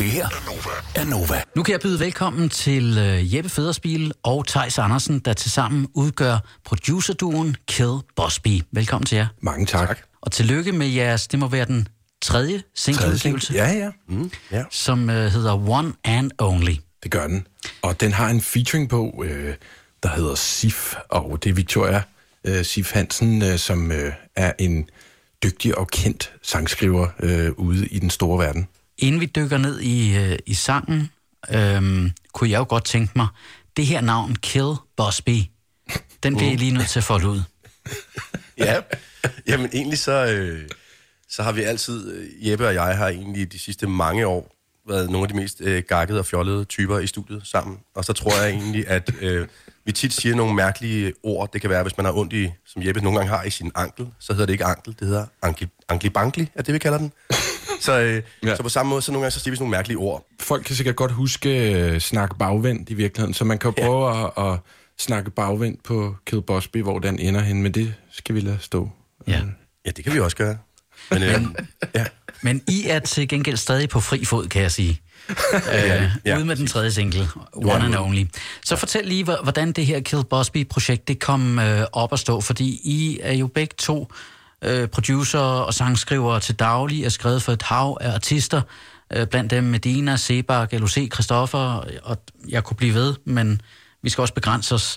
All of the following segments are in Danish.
Det her er Nova. Nu kan jeg byde velkommen til Jeppe Federspiel og Theis Andersen, der tilsammen udgør producerduoen Kill Bosby. Velkommen til jer. Mange tak. Og tillykke med jeres, det må være den tredje singleudgivelse. Ja. Som hedder One and Only. Det gør den. Og den har en featuring på, der hedder Sif, og det er Victoria Sif Hansen, som er en dygtig og kendt sangskriver ude i den store verden. Inden vi dykker ned i sangen, kunne jeg jo godt tænke mig, det her navn, Kill Bosby, den bliver I lige nødt til at folde ud. Ja, jamen egentlig så har vi altid, Jeppe og jeg har egentlig de sidste mange år været nogle af de mest gakkede og fjollede typer i studiet sammen. Og så tror jeg egentlig, at vi tit siger nogle mærkelige ord. Det kan være, hvis man har ondt i, som Jeppe nogle gange har i sin ankel, så hedder det ikke ankel, det hedder ankli-bankli, er det, vi kalder den. Så på samme måde, så nogle gange så siger vi sådan nogle mærkelige ord. Folk kan sikkert godt huske snakke bagvendt i virkeligheden, så man kan jo prøve at snakke bagvendt på Kill Bosby, hvor den ender hen, men det skal vi lade stå. Ja, det kan vi også gøre. Men I er til gengæld stadig på fri fod, kan jeg sige. Ude med den tredje single, One and Only. Så fortæl lige, hvordan det her Kill Bosby-projekt, det kom op at stå, fordi I er jo begge to producer og sangskrivere til daglig, er skrevet for et hav af artister, blandt dem Medina, Sebak, LOC, Christoffer, og jeg kunne blive ved, men vi skal også begrænse os.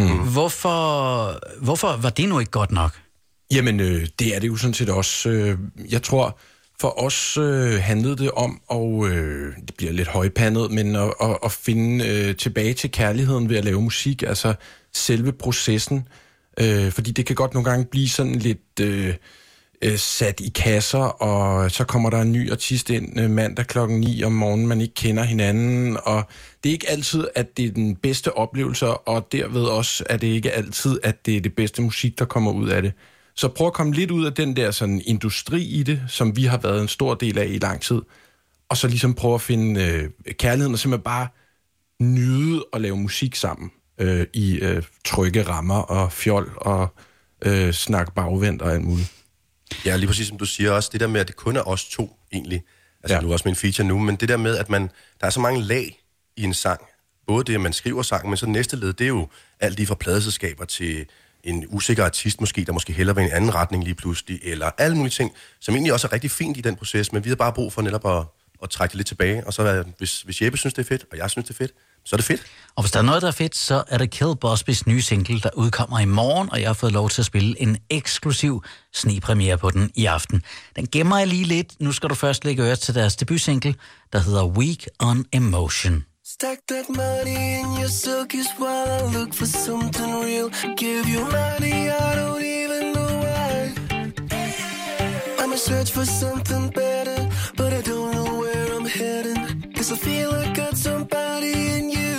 Hvorfor var det nu ikke godt nok? Jamen, det er det jo sådan set også. Jeg tror, for os handlede det om, og det bliver lidt højpandet, men at finde tilbage til kærligheden ved at lave musik, altså selve processen. Fordi det kan godt nogle gange blive sådan lidt sat i kasser, og så kommer der en ny artist ind mandag 9:00 om morgenen, man ikke kender hinanden, og det er ikke altid, at det er den bedste oplevelse, og derved også, at det ikke altid, at det er det bedste musik, der kommer ud af det. Så prøv at komme lidt ud af den der sådan industri i det, som vi har været en stor del af i lang tid, og så ligesom prøve at finde kærligheden, og simpelthen bare nyde at lave musik sammen i trygge rammer og fjol og snak bagvendt og alt muligt. Ja, lige præcis som du siger også, det der med, at det kun er os to egentlig, altså du er også med en feature nu, men det der med, at der er så mange lag i en sang, både det, at man skriver sangen, men så næste led, det er jo alt lige fra pladeselskaber til en usikker artist måske, der måske hellere vil i en anden retning lige pludselig, eller alle mulige ting, som egentlig også er rigtig fint i den proces, men vi har bare brug for netop at trække det lidt tilbage, og så hvis Jeppe synes, det er fedt, og jeg synes, det er fedt, så er det fedt. Og hvis der er noget, der er fedt, så er det Kill Bosbys nye single, der udkommer i morgen, og jeg har fået lov til at spille en eksklusiv snepremiere på den i aften. Den gemmer jeg lige lidt. Nu skal du først lægge øre til deres debutsingle, der hedder Weak on Emotion. Stack that money in your silkies while I look for something real. Give you money, I don't even know why. I'ma search for something better, but I don't know where I'm heading. 'Cause I feel I got somebody in you.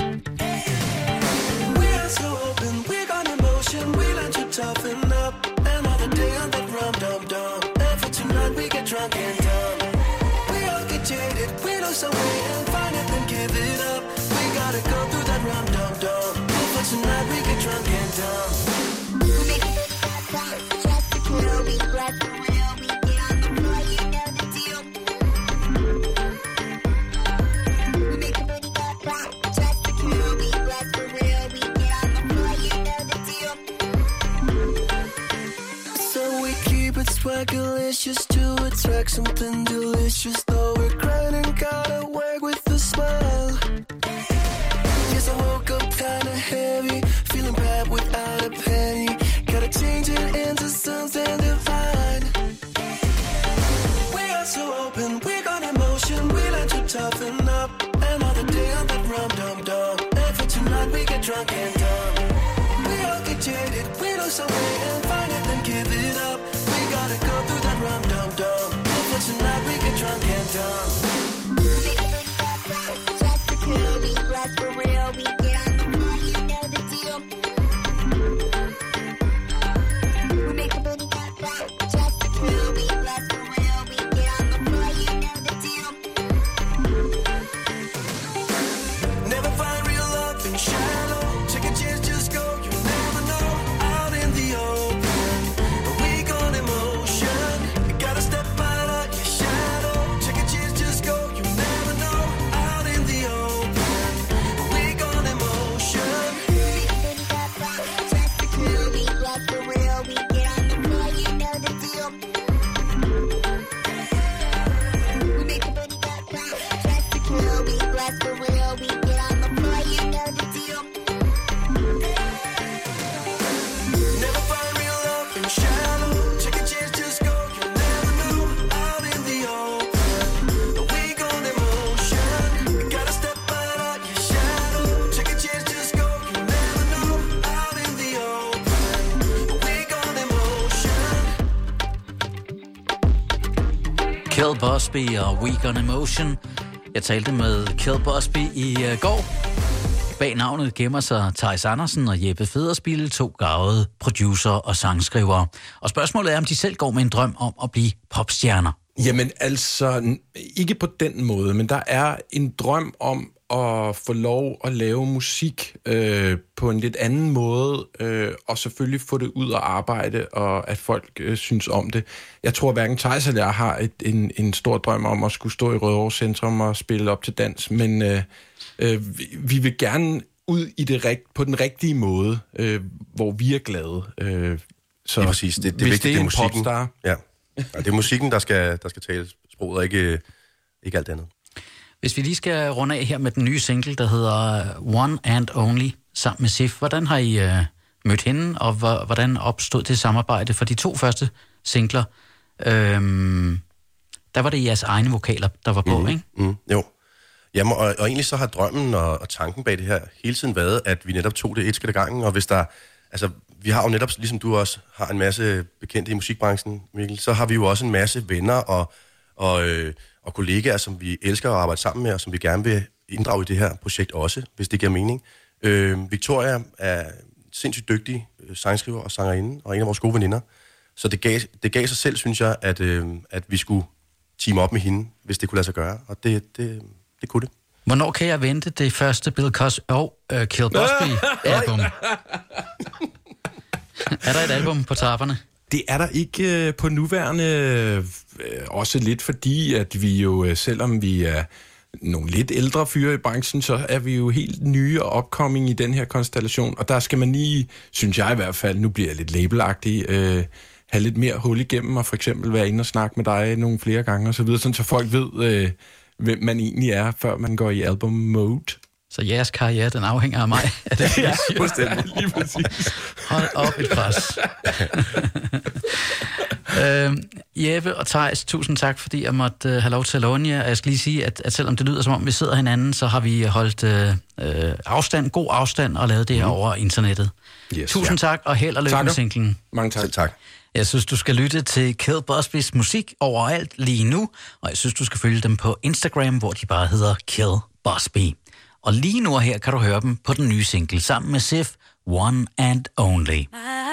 We are so open, we're on emotion. We let you toughen up. Another day on that rum-dum-dum. And for tonight we get drunk and dumb. We all get jaded, we know some way and find it and give it up. We gotta go through that rum-dum-dum. And for tonight we get drunk and dumb. Just to kill me, bless the real. We get on the floor, you know the deal. We make a booty go pop. Just to kill me, bless the real. We get on the floor, you know the deal. So we keep it swagalicious to attract something delicious. Though we're grinding, gotta work with a smile. Yes, I woke up kinda heavy, feeling bad without a penny. Gotta change it into something divine. We are so open, we're on emotion. We let you toughen up. Another day on that rum-dum-dum. And for tonight we get drunk and dumb. We all get jaded, we know some way and find it and give it up. We gotta go through that rum-dum-dum. And for tonight we get drunk and dumb. Just to kill me, bless for real. We get on the floor, you know the deal. We make a booty go pop. Just to kill me, bless for real. We get on the floor, you know the deal. Never find real love in shallow. Take a chance, just go. You never know. Out in the open, a weak on emotion. You gotta step out of your shadow. Take a chance, just Busby og Weak on Emotion. Jeg talte med Kill Busby i går. Bag navnet gemmer sig Theis Andersen og Jeppe Federspil, 2 garvede producer og sangskrivere. Og spørgsmålet er, om de selv går med en drøm om at blive popstjerner. Jamen altså, ikke på den måde, men der er en drøm om at få lov at lave musik på en lidt anden måde, og selvfølgelig få det ud og arbejde, og at folk synes om det. Jeg tror, hverken Theis eller jeg har en stor drøm om at skulle stå i Rødovre Centrum og spille op til dans, men vi vil gerne ud i på den rigtige måde, hvor vi er glade. Så det er præcis. Det er hvis vigtigt, det er en musikken. popstar... Ja. Det er musikken, der skal tale sproget, og ikke alt andet. Hvis vi lige skal runde af her med den nye single, der hedder One and Only, sammen med Sif. Hvordan har I mødt hende, og hvordan opstod det samarbejde? For de 2 første singler, der var det jeres egne vokaler, der var på, ikke? Jo. Jamen, og egentlig så har drømmen og tanken bag det her hele tiden været, at vi netop tog det et skridt ad gangen, og hvis der... Altså, vi har jo netop, ligesom du også har en masse bekendte i musikbranchen, Mikkel, så har vi jo også en masse venner og kollegaer, som vi elsker at arbejde sammen med, og som vi gerne vil inddrage i det her projekt også, hvis det giver mening. Victoria er sindssygt dygtig sangskriver og sangerinde, og en af vores gode veninder. Så det gav sig selv, synes jeg, at vi skulle teame op med hende, hvis det kunne lade sig gøre, og det kunne det. Hvornår kan jeg vente det første Bill Cosby og Kill Busby-album? Er der et album på trapperne? Det er der ikke på nuværende, også lidt fordi, at vi jo, selvom vi er nogle lidt ældre fyre i branchen, så er vi jo helt nye og upcoming i den her konstellation, og der skal man lige, synes jeg i hvert fald, nu bliver jeg lidt labelagtig, have lidt mere hul igennem, og for eksempel være inde og snakke med dig nogle flere gange, og så videre, sådan, så folk ved, hvem man egentlig er, før man går i album mode. Så jeres karriere, den afhænger af mig. Er det, ja, lige præcis. Hold op et pres. Jeppe og Theis, tusind tak, fordi jeg måtte have lov til at låne jer. Jeg skal lige sige, at selvom det lyder, som om vi sidder hinanden, så har vi holdt god afstand, og lavet det her over internettet. Yes, tusind tak, og held og lykke med singlen. Mange tak. Tak. Jeg synes, du skal lytte til Kill Busbys musik overalt lige nu, og jeg synes, du skal følge dem på Instagram, hvor de bare hedder Kill Busby. Og lige nu her kan du høre dem på den nye single sammen med Sif, One and Only.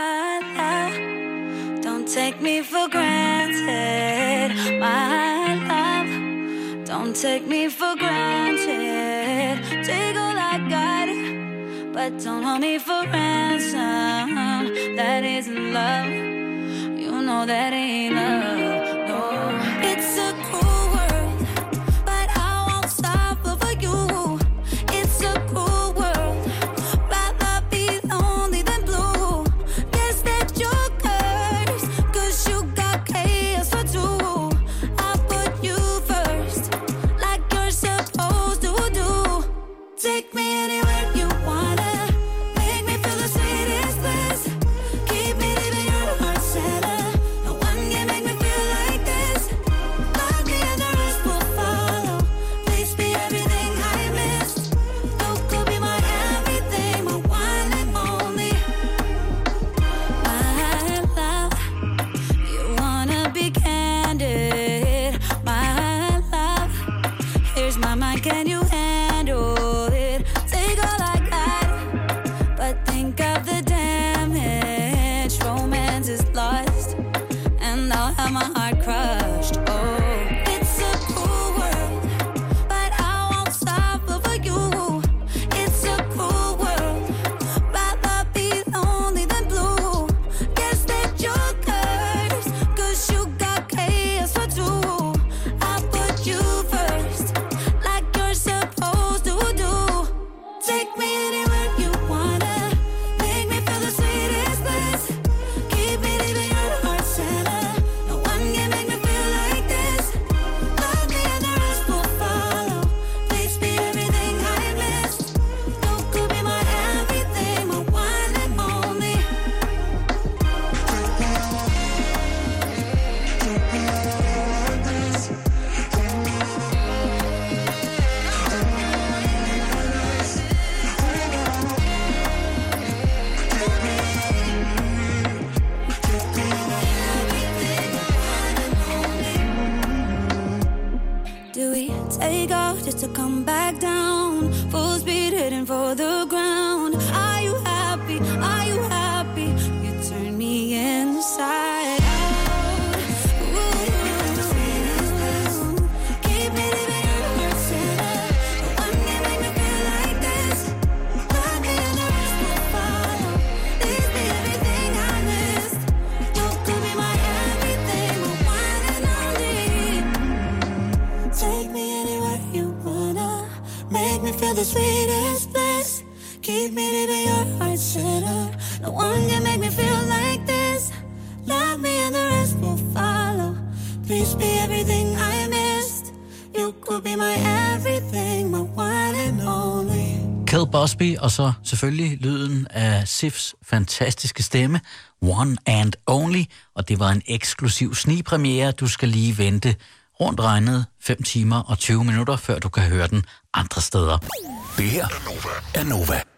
Don't take me for granted, my love. Don't take me for granted. Take all I got, but don't hold me for ransom. That isn't love. You know that ain't love. No, it's a cool world, but I won't suffer for you. It's a cool world, rather be lonely than blue. Guess that you're cursed, 'cause you got chaos for two. I put you first, like you're supposed to do. Take me anywhere you wanna, make me feel the sweetest bliss. Keep me living your heart center. No one can make me feel like this. Love me and the rest will follow. Please be everything I missed. You could be my everything, my one and only. My love, you wanna be candid. My love, here's my mind, can you handle it? Take all I got, but think of the damage. Romance is lost, and I'll have my heart crushed. Oh, it's a cool world, but I won't suffer for you. It's a cool world, rather be lonely than blue. Guess that you're cursed, 'cause you got chaos for two. I put you first, like you're take off just to come back down. Full speed heading for the ground. Are you happy? Are you happy? You turn me inside out. Ooh, keep me living your heart center. One day make me feel like this. Love me and the rest will follow. Please be everything I missed. You could be my everything, my one and only. Take me anywhere you wanna. Make me feel the sweetest bliss. Keep me living your heart center. No one can make me feel like this. Love me and the rest will follow. Please be everything I missed. You could be my everything, my one and only. Kel Bosby, og så selvfølgelig lyden af Sifs fantastiske stemme, One and Only, og det var en eksklusiv snigpremiere. Du skal lige vente rundt regnet 5 timer og 20 minutter, før du kan høre den andre steder. Det her er Nova.